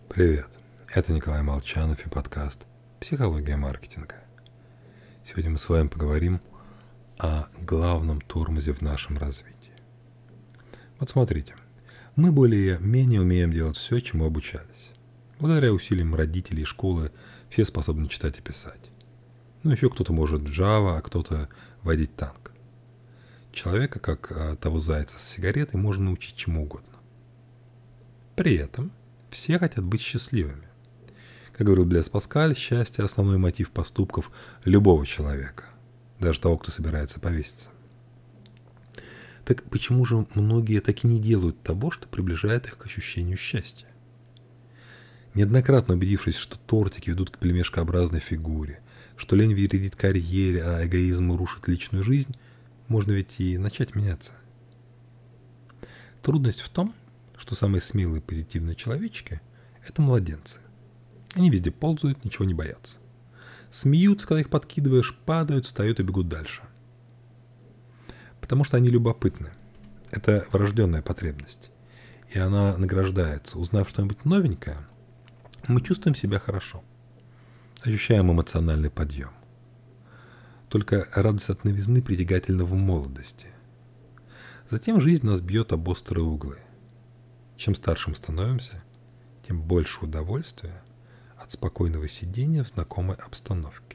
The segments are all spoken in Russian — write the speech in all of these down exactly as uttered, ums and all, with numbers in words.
Привет, это Николай Молчанов и подкаст «Психология маркетинга». Сегодня мы с вами поговорим о главном тормозе в нашем развитии. Вот смотрите, мы более-менее умеем делать все, чему обучались. Благодаря усилиям родителей и школы все способны читать и писать. Ну, еще кто-то может Java, а кто-то водить танк. Человека, как а, того зайца с сигаретой, можно научить чему угодно. При этом все хотят быть счастливыми. Как говорил Блес Паскаль, счастье – основной мотив поступков любого человека, даже того, кто собирается повеситься. Так почему же многие так и не делают того, что приближает их к ощущению счастья? Неоднократно убедившись, что тортики ведут к пельмешкообразной фигуре, что лень вредит карьере, а эгоизм рушит личную жизнь, можно ведь и начать меняться. Трудность в том, что самые смелые позитивные человечки – это младенцы. Они везде ползают, ничего не боятся. Смеются, когда их подкидываешь, падают, встают и бегут дальше. Потому что они любопытны. Это врожденная потребность. И она награждается. Узнав что-нибудь новенькое, мы чувствуем себя хорошо. Ощущаем эмоциональный подъем. Только радость от новизны притягательна в молодости. Затем жизнь нас бьет об острые углы. Чем старше мы становимся, тем больше удовольствия от спокойного сидения в знакомой обстановке.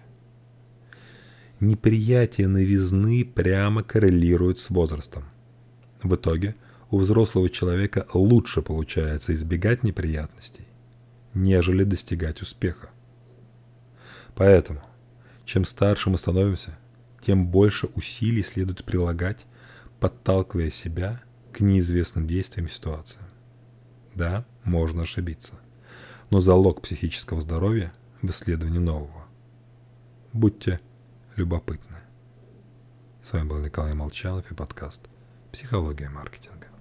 Неприятие новизны прямо коррелирует с возрастом. В итоге у взрослого человека лучше получается избегать неприятностей, нежели достигать успеха. Поэтому, чем старше мы становимся, тем больше усилий следует прилагать, подталкивая себя к неизвестным действиям и ситуациям. Да, можно ошибиться, но залог психического здоровья в исследовании нового. Будьте любопытны. С вами был Николай Молчанов и подкаст «Психология маркетинга».